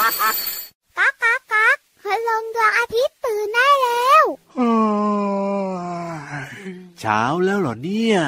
ก๊ากก๊ากก๊ากพลังดวงอาทิตย์ตื่นได้แล้วเช้าแล้วเหรอเนี่ย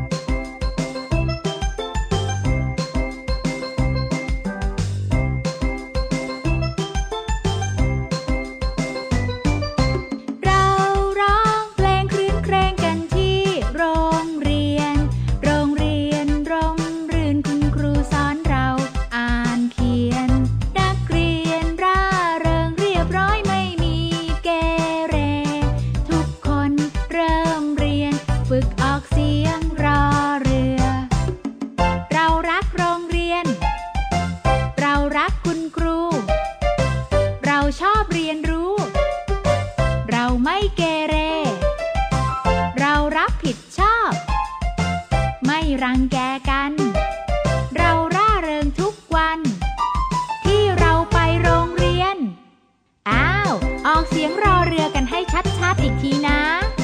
รังแกกันเราร่าเริงทุกวันที่เราไปโรงเรียนอ้าวออกเสียงรอเรือกันให้ชัดๆอีกทีนะ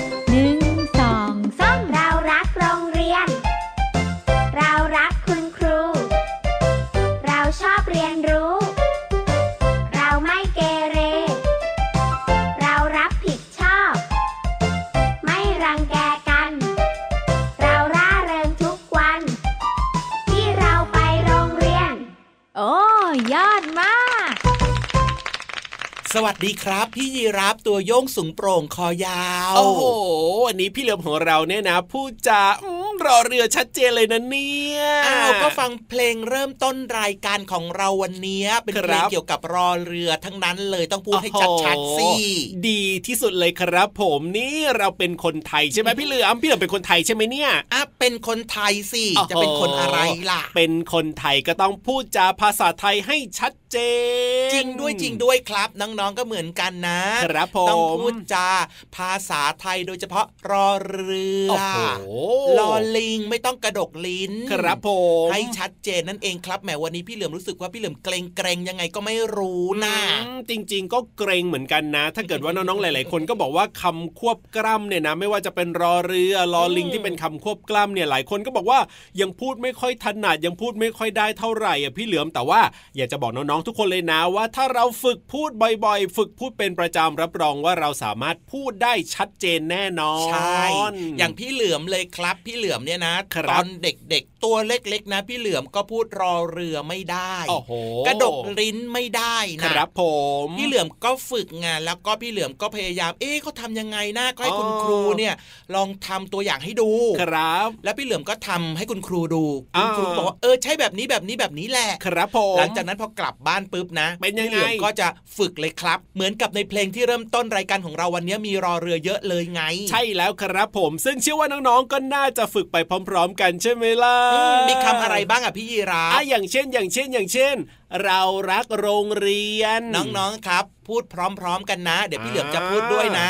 1 2 3 เรารักโรงเรียนเรารักคุณครูเราชอบเรียนรู้เราไม่เกเรเรารับผิดชอบไม่รังแกกันเราร่าเริงทุกวันที่เราไปโรงเรียนโอ้ยอดมากสวัสดีครับพี่ยีรับตัวโยงสูงโปร่งคอยาวโอ้โหวันนี้พี่เหลือมของเราเนี่ยนะพูดจารอเรือชัดเจนเลยนะเนี่ยก็ฟังเพลงเริ่มต้นรายการของเราวันนี้เป็นเพลงเกี่ยวกับรอเรือทั้งนั้นเลยต้องพูดให้ชัดๆสิดีที่สุดเลยครับผมนี่เราเป็นคนไทยใช่ไหมพี่เหลือมเป็นคนไทยใช่ไหมเนี่ยเป็นคนไทยสิจะเป็นคนอะไรล่ะเป็นคนไทยก็ต้องพูดจาภาษาไทยให้ชัดเจนจริงด้วยครับน้องๆก็เหมือนกันนะครับต้องพูดจาภาษาไทยโดยเฉพาะรอเรือลอลิงไม่ต้องกระดกลิ้นครับผมให้ชัดเจนนั่นเองครับแหมวันนี้พี่เหลือมรู้สึกว่าพี่เหลือมเกรงยังไงก็ไม่รู้นะจริงๆก็เกรงเหมือนกันนะถ้าเกิดว่าน้องๆหลายๆคนก็บอกว่าคำควบกล้ำเนี่ยนะไม่ว่าจะเป็นรอเรือลอลิงที่เป็นคำควบกล้ำเนี่ยหลายคนก็บอกว่ายังพูดไม่ค่อยถนัดยังพูดไม่ค่อยได้เท่าไหร่พี่เหลือมแต่ว่าอยากจะบอกน้องๆทุกคนเลยนะว่าถ้าเราฝึกพูดบ่อยๆฝึกพูดเป็นประจำรับรองว่าเราสามารถพูดได้ชัดเจนแน่นอนใช่อย่างพี่เหลือมเลยครับพี่เหลือมเนี่ยนะตอนเด็กๆตัวเล็กๆนะพี่เหลือมก็พูดรอเรือไม่ได้กระดกลิ้นไม่ได้นะครับผมพี่เหลือมก็ฝึกงานแล้วก็พี่เหลือมก็พยายามเขาทำยังไงนะก็ให้คุณครูเนี่ยลองทำตัวอย่างให้ดูครับแล้วพี่เหลือมก็ทำให้คุณครูดูคุณครูบอกว่าใช่แบบนี้แหละครับผมหลังจากนั้นพอกลับบ้านปุ๊บนะพี่เหลือมก็จะฝึกเลยครับเหมือนกับในเพลงที่เริ่มต้นรายการของเราวันนี้มีรอเรือเยอะเลยไงใช่แล้วครับผมซึ่งเชื่อว่าน้องๆก็น่าจะฝึกไปพร้อมๆกันใช่ไหมล่ะมีคำอะไรบ้างพี่ยีราฟอย่างเช่นเรารักโรงเรียนน้องๆครับพูดพร้อมๆกันนะเดี๋ยวพี่เหลือมจะพูดด้วยนะ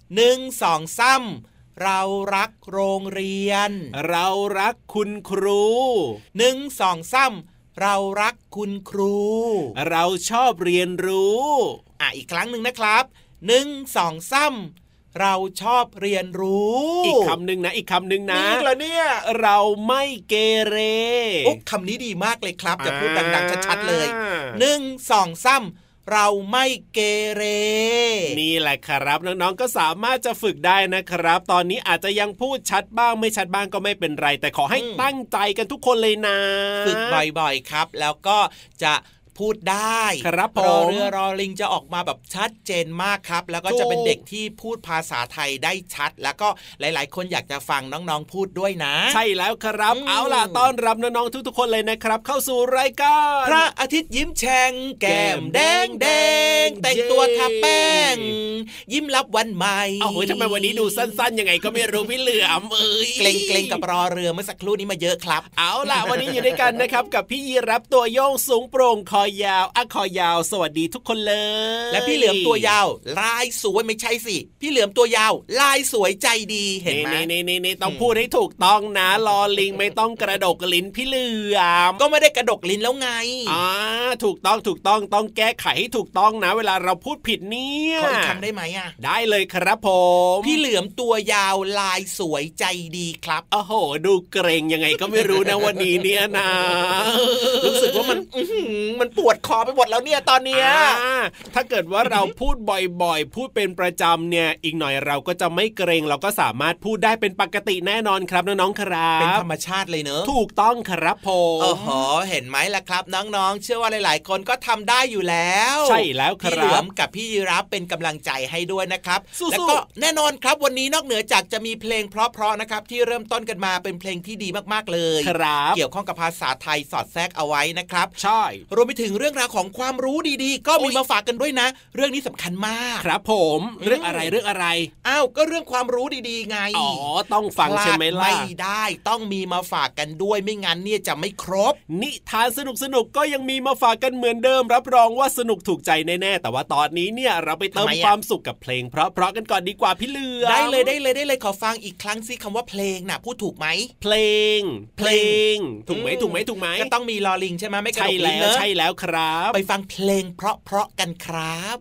1 2 3เรารักโรงเรียนเรารักคุณครู 1 2 3เรารักคุณครูเราชอบเรียนรู้อีกครั้งหนึ่งนะครับ1 2 3เราชอบเรียนรู้อีกคำหนึ่งนะนี่เหรอเนี่ยเราไม่เกเรคำนี้ดีมากเลยครับจะพูดดังๆชัดๆเลย1 2 3เราไม่เกเรนี่แหละครับน้องๆก็สามารถจะฝึกได้นะครับตอนนี้อาจจะยังพูดชัดบ้างไม่ชัดบ้างก็ไม่เป็นไรแต่ขอให้ตั้งใจกันทุกคนเลยนะฝึกบ่อยๆครับแล้วก็จะพูดได้ครับรอเรือรอลิงจะออกมาแบบชัดเจนมากครับแล้วก็จะเป็นเด็กที่พูดภาษาไทยได้ชัดแล้วก็หลายๆคนอยากจะฟังน้องๆพูดด้วยนะใช่แล้วครับเอาล่ะต้อนรับน้องๆทุกๆคนเลยนะครับเข้าสู่รายการพระอาทิตย์ยิ้มแฉ่งแก้มแดงแต่งตัวทาแป้งยิ้มรับวันใหม่ทำไมวันนี้ดูสั้นๆยังไงก็ไม่รู้พี่เหลือมเกรงกับรอเรือเมื่อสักครู่นี้มาเยอะครับเอาล่ะวันนี้อยู่ด้วยกันนะครับกับพี่ยีรับตัวโยงสูงโปร่งคอยาวคอยาวสวัสดีทุกคนเลยและพี่เหลือมตัวยาวลายสวยไม่ใช่สิพี่เหลือมตัวยาวลายสวยใจดีเห็นไหมนี่ต้องพูดให้ถูกต้องนะลอลิงไม่ต้องกระดกลิ้นพี่เหลือมก็ไม่ได้กระดกลิ้นแล้วไงถูกต้องต้องแก้ไขให้ถูกต้องนะเวลาเราพูดผิดเนี่ยขออีกครั้งได้ไหมได้เลยครับผมพี่เหลือมตัวยาวลายสวยใจดีครับโอ้โหดูเกรงยังไงก็ไม่รู้นะวันนี้เนี่ยนะรู้สึกว่ามันปวดคอไปหมดแล้วเนี่ยตอนเนี้ยถ้าเกิดว่าเราพูดบ่อยๆพูดเป็นประจำเนี่ยอีกหน่อยเราก็จะไม่เกรงเราก็สามารถพูดได้เป็นปกติแน่นอนครับน้องๆครับเป็นธรรมชาติเลยเนอะถูกต้องครับผมโอ้โหเห็นไหมล่ะครับน้องๆเชื่อว่าหลายๆคนก็ทำได้อยู่แล้วใช่แล้วครับพี่เหลือมกับพี่ยีราฟเป็นกำลังใจให้ด้วยนะครับแล้วก็แน่นอนครับวันนี้นอกเหนือจากจะมีเพลงเพราะๆนะครับที่เริ่มต้นกันมาเป็นเพลงที่ดีมากๆเลยเกี่ยวข้องกับภาษาไทยสอดแทรกเอาไว้นะครับใช่รวมไปถึงเรื่องราวของความรู้ดีๆก็มีมาฝากกันด้วยนะเรื่องนี้สำคัญมากครับผมเรื่องอะไรอ้าวก็เรื่องความรู้ดีๆไงอ๋อต้องฟังใช่ไหมล่ะไม่ได้ต้องมีมาฝากกันด้วยไม่งั้นเนี่ยจะไม่ครบนิทานสนุกก็ยังมีมาฝากกันเหมือนเดิมรับรองว่าสนุกถูกใจแน่ๆแต่ว่าตอนนี้เนี่ยเราไปเติมความสุขกับเพลงเพราะกันก่อนดีกว่าพี่เหลือได้เลยขอฟังอีกครั้งสิคำว่าเพลงน่ะพูดถูกไหมเพลงถูกไหมก็ต้องมีลอลิงใช่ไหมไม่กระดกลิ้นเนอะใช่แล้วครับไปฟังเพลงเพราะกันครับ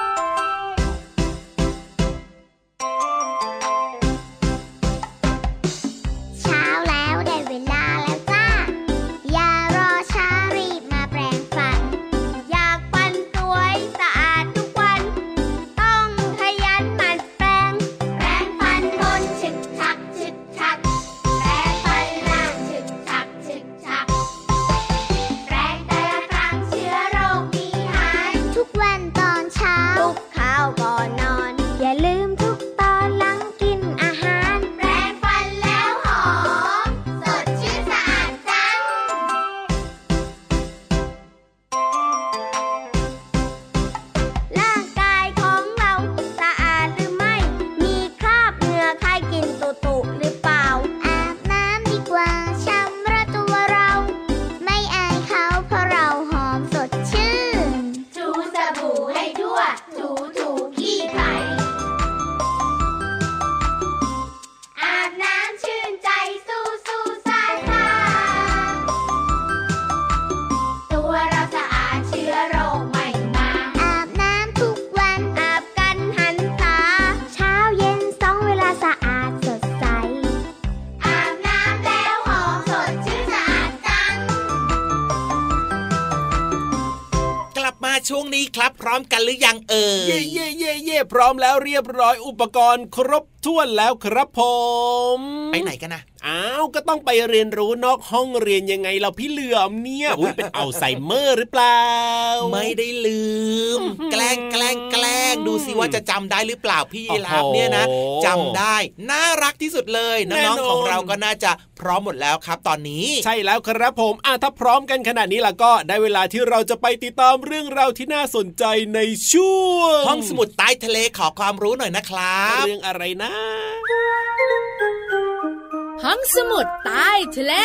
ช่วงนี้ครับพร้อมกันหรือยังเอ่ยเย่พร้อมแล้วเรียบร้อยอุปกรณ์ครบถ้วนแล้วครับผมไปไหนกันนะอ้าวก็ต้องไปเรียนรู้นอกห้องเรียนยังไงเราพี่เหลือมเนี่ยเป็นอัลไซเมอร์หรือเปล่าไม่ได้ลืมแกล้งดูสิว่าจะจำได้หรือเปล่าพี่ยีราฟเนี่ยนะจำได้น่ารักที่สุดเลยน้องๆของเราก็น่าจะพร้อมหมดแล้วครับตอนนี้ใช่แล้วครับผมถ้าพร้อมกันขนาดนี้ล่ะก็ได้เวลาที่เราจะไปติดตามเรื่องราวที่น่าสนใจในช่วงห้องสมุดใต้ทะเลขอความรู้หน่อยนะครับเรื่องอะไรนะห้องสมุดใต้ทะเล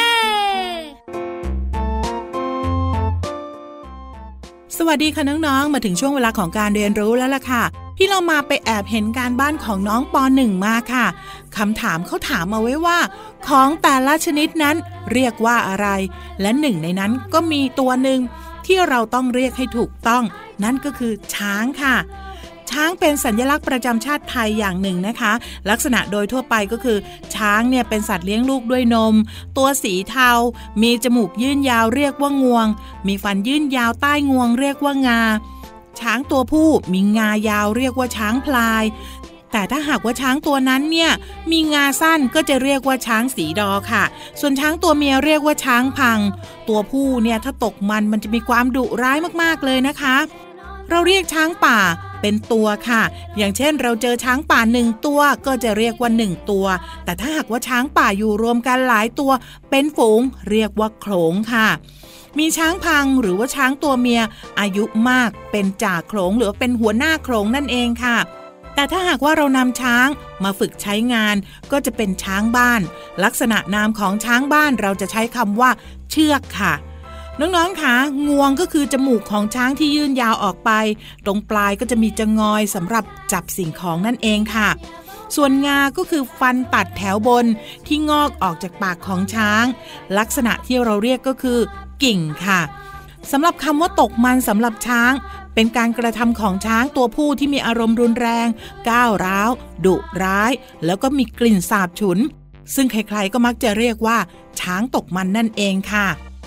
สวัสดีค่ะน้องๆมาถึงช่วงเวลาของการเรียนรู้แล้วล่ะค่ะพี่เรามาไปแอบเห็นการบ้านของน้องป.1 มาค่ะคำถามเขาถามมาไว้ว่าของแต่ละชนิดนั้นเรียกว่าอะไรและหนึ่งในนั้นก็มีตัวหนึ่งที่เราต้องเรียกให้ถูกต้องนั่นก็คือช้างค่ะช้างเป็นสัญลักษณ์ประจำชาติไทยอย่างหนึ่งนะคะลักษณะโดยทั่วไปก็คือช้างเนี่ยเป็นสัตว์เลี้ยงลูกด้วยนมตัวสีเทามีจมูกยื่นยาวเรียกว่างวงมีฟันยื่นยาวใต้งวงเรียกว่างาช้างตัวผู้มีงายาวเรียกว่าช้างพลายแต่ถ้าหากว่าช้างตัวนั้นเนี่ยมีงาสั้นก็จะเรียกว่าช้างสีดอค่ะส่วนช้างตัวเมียเรียกว่าช้างพังตัวผู้เนี่ยถ้าตกมันจะมีความดุร้ายมากๆเลยนะคะเราเรียกช้างป่าเป็นตัวค่ะอย่างเช่นเราเจอช้างป่า1ตัวก็จะเรียกว่า1ตัวแต่ถ้าหากว่าช้างป่าอยู่รวมกันหลายตัวเป็นฝูงเรียกว่าโขลงค่ะมีช้างพังหรือว่าช้างตัวเมียอายุมากเป็นจ่าโขลงหรือเป็นหัวหน้าโขลงนั่นเองค่ะแต่ถ้าหากว่าเรานำช้างมาฝึกใช้งานก็จะเป็นช้างบ้านลักษณะนามของช้างบ้านเราจะใช้คำว่าเชือกค่ะน้องๆคะงวงก็คือจมูกของช้างที่ยื่นยาวออกไปตรงปลายก็จะมีจงอยสำหรับจับสิ่งของนั่นเองค่ะส่วนงาก็คือฟันตัดแถวบนที่งอกออกจากปากของช้างลักษณะที่เราเรียกก็คือกิ่งค่ะสำหรับคำว่าตกมันสำหรับช้างเป็นการกระทำของช้างตัวผู้ที่มีอารมณ์รุนแรงก้าวร้าวดุร้ายแล้วก็มีกลิ่นสาบฉุนซึ่งใครๆก็มักจะเรียกว่าช้างตกมันนั่นเองค่ะ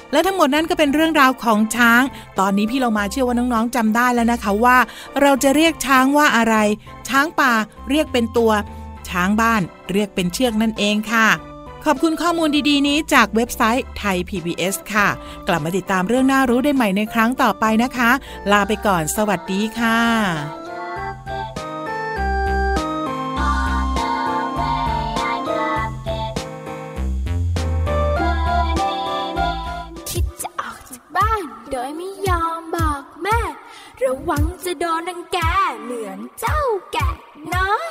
และทั้งหมดนั้นก็เป็นเรื่องราวของช้างตอนนี้พี่เรามาเชื่อว่าน้องๆจำได้แล้วนะคะว่าเราจะเรียกช้างว่าอะไรช้างป่าเรียกเป็นตัวช้างบ้านเรียกเป็นเชือกนั่นเองค่ะขอบคุณข้อมูลดีๆนี้จากเว็บไซต์ไทย PBS ค่ะกลับมาติดตามเรื่องน่ารู้ได้ใหม่ในครั้งต่อไปนะคะลาไปก่อนสวัสดีค่ะคิดจะออกจากบ้านโดยไม่ยอมบอกแม่ระวังจะโดนรังแกเหมือนเจ้าแกะน้อย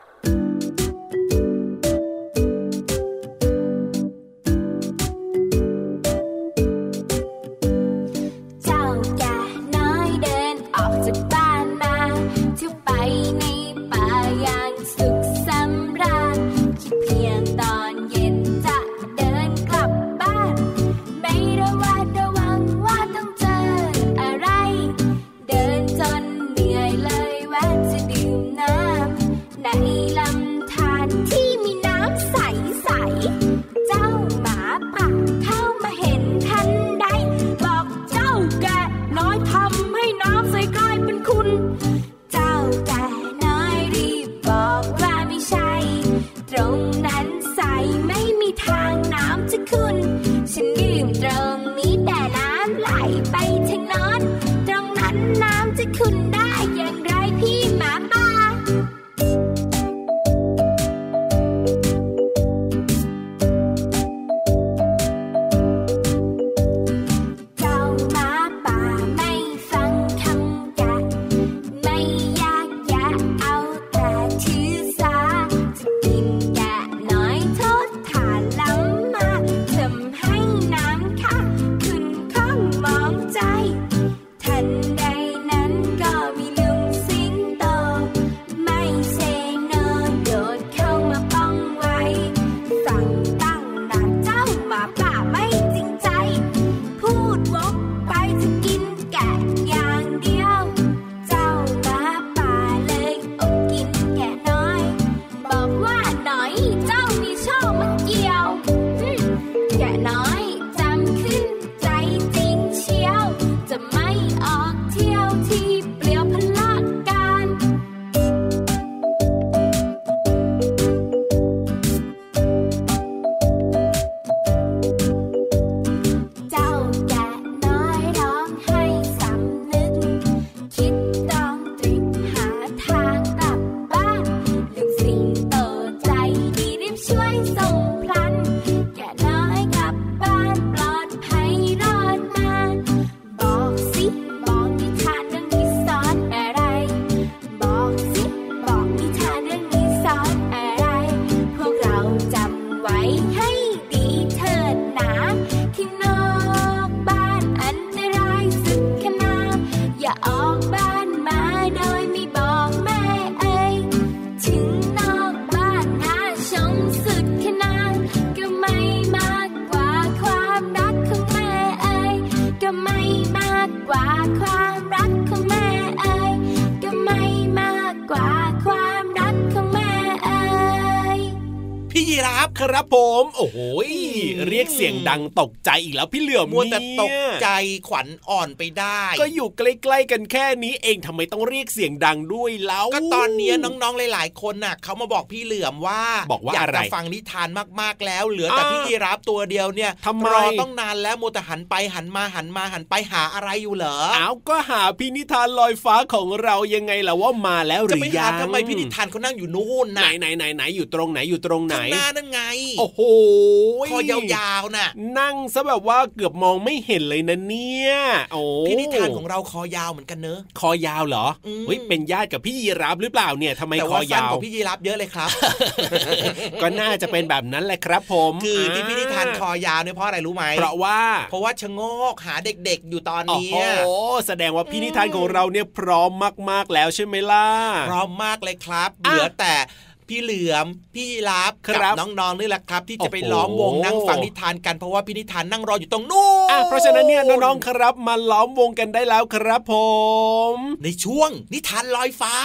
ครับผมโอ้โหเรียกเสียงดังตกใจอีกแล้วพี่เหลือมมัวแต่ตกใจขวัญอ่อนไปได้ก็อยู่ใกล้ๆกันแค่นี้เองทำไมต้องเรียกเสียงดังด้วยเล่าก็ตอนนี้น้องๆหลายๆคนน่ะเขามาบอกพี่เหลือมว่าอยากจะฟังนิทานมากๆแล้วเหลือแต่พี่ยีราฟตัวเดียวเนี่ยรอต้องนานแล้วมัวแต่หันไปหันมาหันไปหาอะไรอยู่เหรออ้าวก็หาพี่นิทานลอยฟ้าของเรายังไงล่ะว่ามาแล้วหรือยังจะไปหาทำไมพี่นิทานเขานั่งอยู่นู่นน่ะไหนอยู่ตรงไหนอยู่ตรงไหนข้างหน้านั่นไงโอ้โหคอยาวๆน่ะนั่งซะแบบว่าเกือบมองไม่เห็นเลยนะเนี่ยโอ้พี่นิทานของเราคอยาวเหมือนกันเนอะคอยาวเหรอเฮ้ยเป็นญาติกับพี่ยีราฟหรือเปล่าเนี่ยทำไมคอยาวแต่ว่าสั้นกว่าพี่ยีราฟเยอะเลยครับก็น่าจะเป็นแบบนั้นแหละครับผมคือที่พี่นิทานคอยาวเนี่ยเพราะอะไรรู้ไหมเพราะว่าชะโงกหาเด็กๆอยู่ตอนนี้โอ้โหแสดงว่าพี่นิทานของเราเนี่ยพร้อมมากๆแล้วใช่ไหมล่ะพร้อมมากเลยครับเหลือแต่พี่เหลือมพี่ยีราฟกับน้องๆนี่แหละครับที่จะไปล้อมวงนั่งฟังนิทานกันเพราะว่าพี่นิทานนั่งรออยู่ตรงนู้นเพราะฉะนั้นเนี่ยน้องๆครับมาล้อมวงกันได้แล้วครับผมในช่วงนิทานลอยฟ้า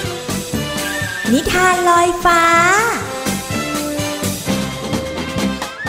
นิทานลอยฟ้า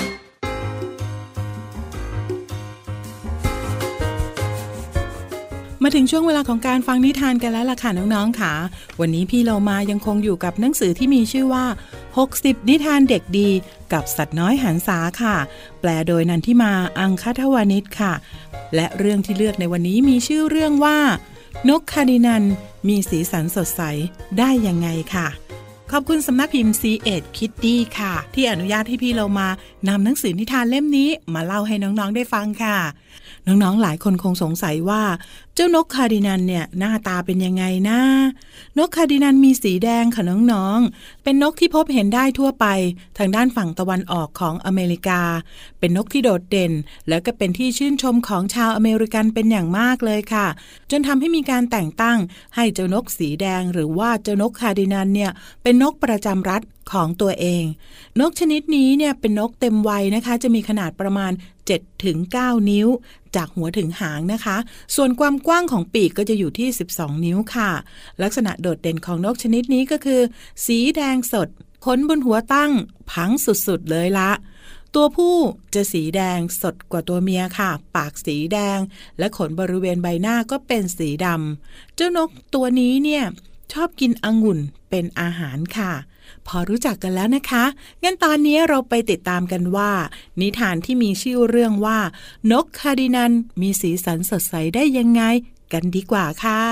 มาถึงช่วงเวลาของการฟังนิทานกันแล้วล่ะค่ะน้องๆค่ะวันนี้พี่เรามายังคงอยู่กับหนังสือที่มีชื่อว่า60นิทานเด็กดีกับสัตว์น้อยหันษาค่ะแปลโดยนันทิมาอังคทวานิชค่ะและเรื่องที่เลือกในวันนี้มีชื่อเรื่องว่านกคาร์ดินันมีสีสันสดใสได้ยังไงค่ะขอบคุณสำนักพิมพ์ C.Ed Kiddie ค่ะที่อนุญาตให้พี่เรามานำหนังสือนิทานเล่มนี้มาเล่าให้น้องๆได้ฟังค่ะน้องๆหลายคนคงสงสัยว่าเจ้านกคาร์ดินันเนี่ยหน้าตาเป็นยังไงนะนกคาร์ดินันมีสีแดงค่ะน้องๆเป็นนกที่พบเห็นได้ทั่วไปทางด้านฝั่งตะวันออกของอเมริกาเป็นนกที่โดดเด่นแล้วก็เป็นที่ชื่นชมของชาวอเมริกันเป็นอย่างมากเลยค่ะจนทำให้มีการแต่งตั้งให้เจ้านกสีแดงหรือว่าเจ้านกคาร์ดินันเนี่ยเป็นนกประจำรัฐของตัวเองนกชนิดนี้เนี่ยเป็นนกเต็มวัยนะคะจะมีขนาดประมาณ 7-9 นิ้วจากหัวถึงหางนะคะส่วนความกว้างของปีกก็จะอยู่ที่12นิ้วค่ะลักษณะโดดเด่นของนกชนิดนี้ก็คือสีแดงสดขนบนหัวตั้งพังสุดๆเลยละตัวผู้จะสีแดงสดกว่าตัวเมียค่ะปากสีแดงและขนบริเวณใบหน้าก็เป็นสีดำเจ้านกตัวนี้เนี่ยชอบกินองุ่นเป็นอาหารค่ะพอรู้จักกันแล้วนะคะงั้นตอนนี้เราไปติดตามกันว่านิทานที่มีชื่อเรื่องว่านกคาร์ดินันมีสีสันสดใสได้ยังไงกันดีกว่าค่ะ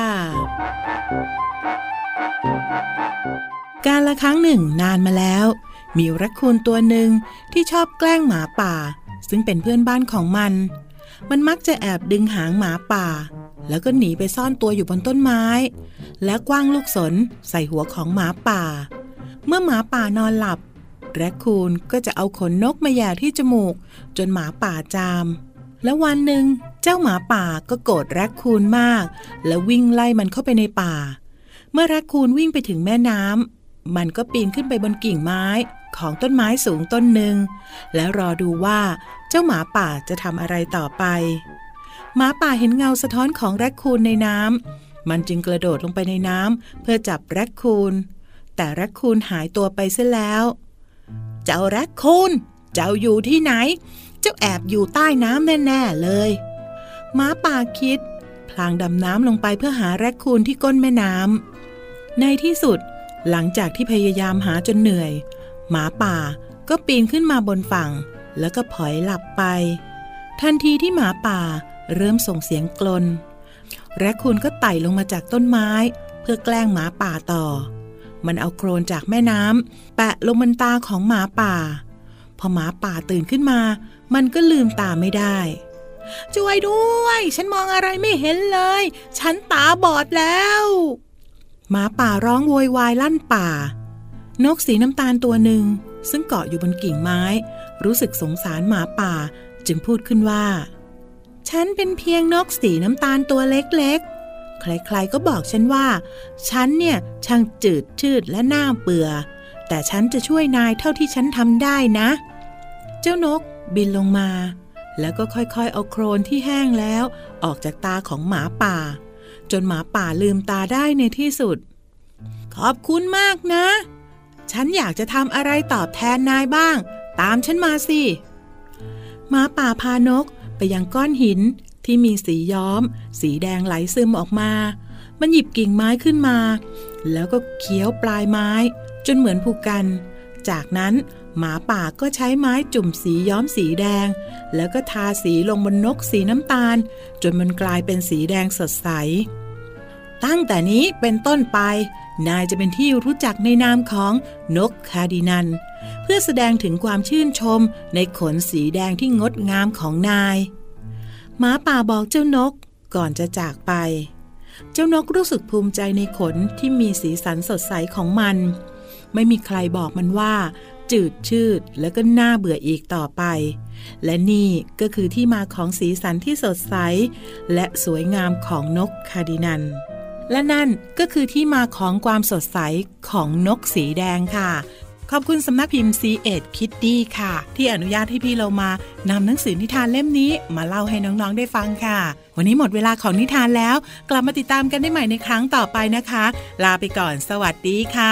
กาลครั้งหนึ่งนานมาแล้วมีแรคคูนตัวหนึ่งที่ชอบแกล้งหมาป่าซึ่งเป็นเพื่อนบ้านของมันมักจะแอบดึงหางหมาป่าแล้วก็หนีไปซ่อนตัวอยู่บนต้นไม้และกว้างลูกศรใส่หัวของหมาป่าเมื่อหมาป่านอนหลับแรคคูนก็จะเอาขนนกมาแย่ที่จมูกจนหมาป่าจามแล้ววันหนึ่งเจ้าหมาป่าก็โกรธแรคคูนมากและวิ่งไล่มันเข้าไปในป่าเมื่อแรคคูนวิ่งไปถึงแม่น้ำมันก็ปีนขึ้นไปบนกิ่งไม้ของต้นไม้สูงต้นหนึ่งแล้วรอดูว่าเจ้าหมาป่าจะทำอะไรต่อไปหมาป่าเห็นเงาสะท้อนของแรคคูนในน้ำมันจึงกระโดดลงไปในน้ำเพื่อจับแรคคูนแต่แรคคูนหายตัวไปเสียแล้วเจ้าแรคคูนเจ้าอยู่ที่ไหนเจ้าแอบอยู่ใต้น้ำแน่ๆเลยหมาป่าคิดพลางดำน้ำลงไปเพื่อหาแรคคูนที่ก้นแม่น้ำในที่สุดหลังจากที่พยายามหาจนเหนื่อยหมาป่าก็ปีนขึ้นมาบนฝั่งแล้วก็ผล็อยหลับไปทันทีที่หมาป่าเริ่มส่งเสียงกลนแรคคูนก็ไต่ลงมาจากต้นไม้เพื่อแกล้งหมาป่าต่อมันเอาโคลนจากแม่น้ำแปะลงบนตาของหมาป่าพอหมาป่าตื่นขึ้นมามันก็ลืมตาไม่ได้ช่วยด้วยฉันมองอะไรไม่เห็นเลยฉันตาบอดแล้วหมาป่าร้องโวยวายลั่นป่านกสีน้ำตาลตัวหนึ่งซึ่งเกาะอยู่บนกิ่งไม้รู้สึกสงสารหมาป่าจึงพูดขึ้นว่าฉันเป็นเพียงนกสีน้ำตาลตัวเล็กๆใครๆก็บอกฉันว่าฉันเนี่ยช่างจืดชืดและน่าเบื่อแต่ฉันจะช่วยนายเท่าที่ฉันทำได้นะเจ้านกบินลงมาแล้วก็ค่อยๆเอาโคลนที่แห้งแล้วออกจากตาของหมาป่าจนหมาป่าลืมตาได้ในที่สุดขอบคุณมากนะฉันอยากจะทำอะไรตอบแทนนายบ้างตามฉันมาสิหมาป่าพานกไปยังก้อนหินที่มีสีย้อมสีแดงไหลซึมออกมามันหยิบกิ่งไม้ขึ้นมาแล้วก็เคี้ยวปลายไม้จนเหมือนผูกกันจากนั้นหมาป่าก็ใช้ไม้จุ่มสีย้อมสีแดงแล้วก็ทาสีลงบนนกสีน้ำตาลจนมันกลายเป็นสีแดงสดใสตั้งแต่นี้เป็นต้นไปนายจะเป็นที่รู้จักในนามของนกคาร์ดินันเพื่อแสดงถึงความชื่นชมในขนสีแดงที่งดงามของนายหมาป่าบอกเจ้านกก่อนจะจากไปเจ้านกรู้สึกภูมิใจในขนที่มีสีสันสดใสของมันไม่มีใครบอกมันว่าจืดชืดและก็น่าเบื่ออีกต่อไปและนี่ก็คือที่มาของสีสันที่สดใสและสวยงามของนกคาร์ดินันและนั่นก็คือที่มาของความสดใสของนกสีแดงค่ะขอบคุณสำนักพิมพ์ C.Ed Kiddie ค่ะที่อนุญาตให้พี่เรามานำหนังสือนิทานเล่มนี้มาเล่าให้น้องๆได้ฟังค่ะวันนี้หมดเวลาของนิทานแล้วกลับมาติดตามกันได้ใหม่ในครั้งต่อไปนะคะลาไปก่อนสวัสดีค่ะ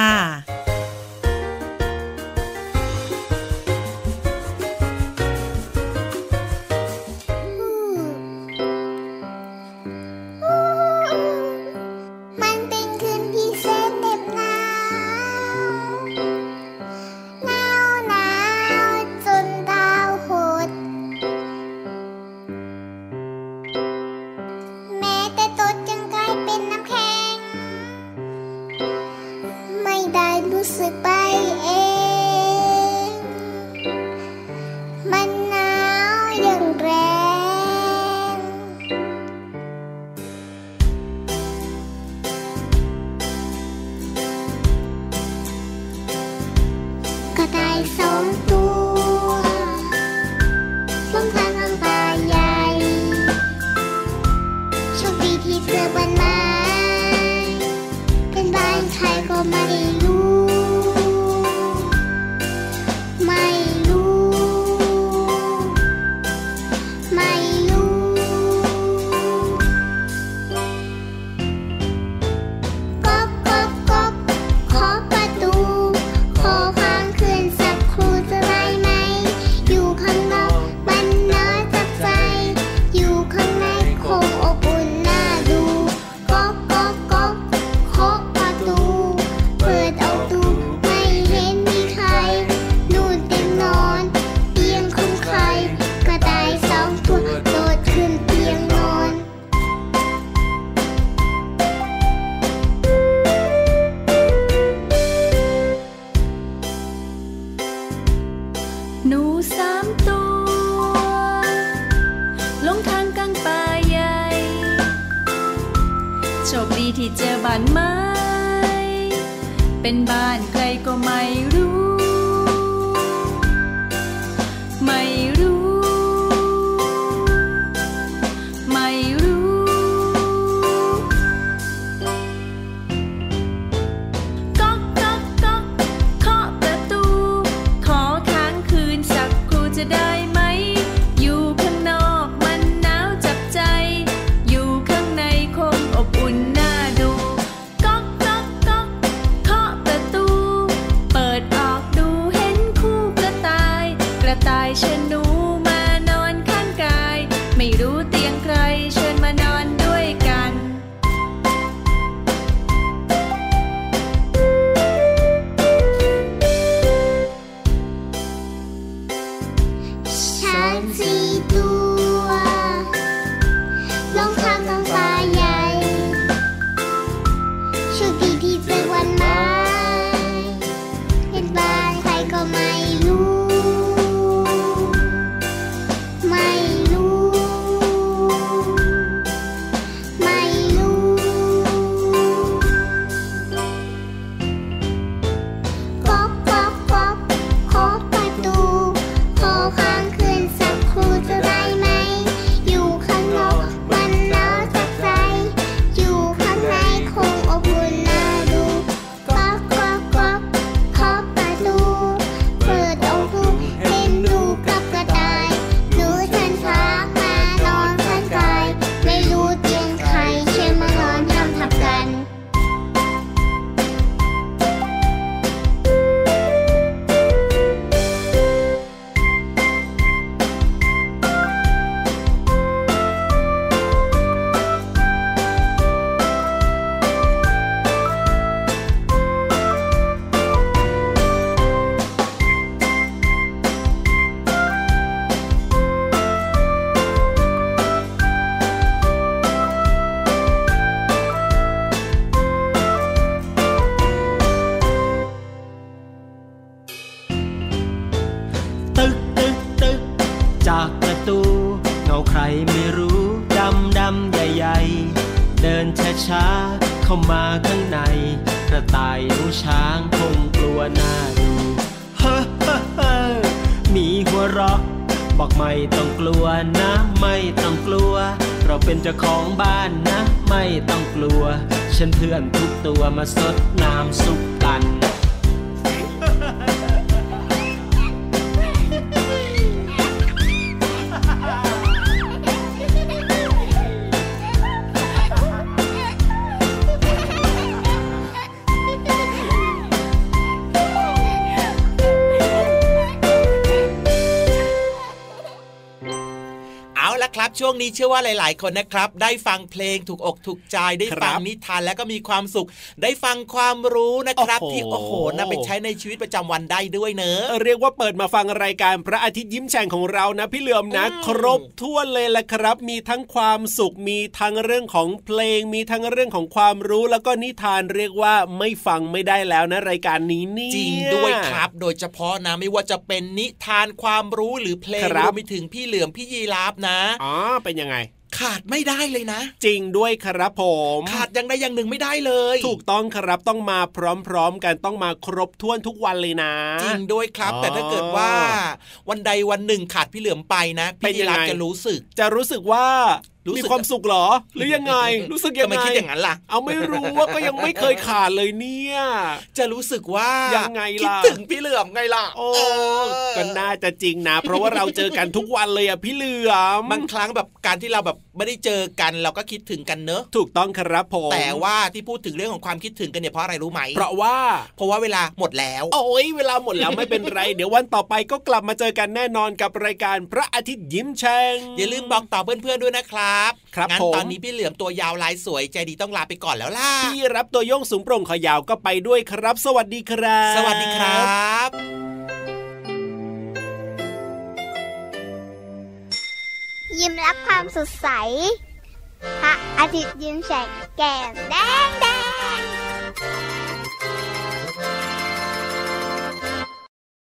โชคดีที่เจอบ้านไม้เป็นบ้านใครก็ไม่รู้ไม่รู้ไม่รู้ก๊อกก๊อกก๊อกเคาะประตูขอค้างคืนสักครู่จะได้ไหมอยู่ข้างนอกมันหนาวจับใจอยู่ข้างในคงอบอุ่นน่าดูก๊อกก๊อกก๊อกเคาะประตูเปิดออกดูเห็นคู่กระต่ายเชิญหนูมานอนข้างกายไม่รู้เตียงใครเชิญมานอนด้วยกันช้างสี่ตัวลงข้ามท้องฟ้าใหญ่โชคดีที่เจอวันไม้เห็นบ้านใครก็ไม่รู้จากประตูเงาใครไม่รู้ดำดำใหญ่ๆเดินช้าๆเข้ามาข้างในกระต่ายหนูช้างคงกลัวหน้าดูเฮ้อเฮ้อเฮ้อมีหัวเราะบอกไม่ต้องกลัวนะไม่ต้องกลัวเราเป็นเจ้าของบ้านนะไม่ต้องกลัวฉันเพื่อนทุกตัวมาสดน้ำซุปกันครับช่วงนี้เชื่อว่าหลายๆคนนะครับได้ฟังเพลงถูกอกถูกใจได้ฟังนิทานแล้วก็มีความสุขได้ฟังความรู้นะครับที่โอ้โหนำไปใช้ในชีวิตประจำวันได้ด้วยเนอะเรียกว่าเปิดมาฟังรายการพระอาทิตย์ยิ้มแฉ่งของเรานะพี่เหลือมนะครบถ้วนเลยแหละครับมีทั้งความสุขมีทั้งเรื่องของเพลงมีทั้งเรื่องของความรู้แล้วก็นิทานเรียกว่าไม่ฟังไม่ได้แล้วนะรายการนี้นี่จริงด้วยครับโดยเฉพาะนะไม่ว่าจะเป็นนิทานความรู้หรือเพลงรวมไปถึงพี่เหลือมพี่ยีราฟนะอ๋อเป็นยังไงขาดไม่ได้เลยนะจริงด้วยครับผมขาดอย่างใดอย่างหนึ่งไม่ได้เลยถูกต้องครับต้องมาพร้อมๆกันต้องมาครบถ้วนทุกวันเลยนะจริงด้วยครับแต่ถ้าเกิดว่าวันใดวันหนึ่งขาดพี่เหลือมไปนะพี่ยีราฟจะรู้สึกว่ามีความสุขเหรอหรือยังไงรู้สึกยังไงทำไมคิดอย่างนั้นล่ะเอาไม่รู้ว่าก็ยังไม่เคยขาดเลยเนี่ยจะรู้สึกว่ายังไงล่ะคิดถึงพี่เหลือมไงล่ะโอ้ก็น่าจะจริงนะเพราะว่าเราเจอกันทุกวันเลยอ่ะพี่เหลือมบางครั้งแบบการที่เราแบบไม่ได้เจอกันเราก็คิดถึงกันเนอะถูกต้องครับผมแต่ว่าที่พูดถึงเรื่องของความคิดถึงกันเนี่ยเพราะอะไรรู้ไหมเพราะว่าเวลาหมดแล้วโอ้ยเวลาหมดแล้วไม่เป็นไร เดี๋ยววันต่อไปก็กลับมาเจอกันแน่นอนกับรายการพระอาทิตย์ยิ้มแฉ่งอย่าลืมบอกต่อเพื่อนๆด้วยนะครับงั้นตอนนี้พี่เหลือมตัวยาวลายสวยใจดีต้องลาไปก่อนแล้วล่ะพี่รับตัวโยงสูงโปร่งคอยาวก็ไปด้วยครับสวัสดีครับสวัสดีครับยิ้มรับความสดใสพระอาทิตย์ยิ้มแฉกแก้มแดง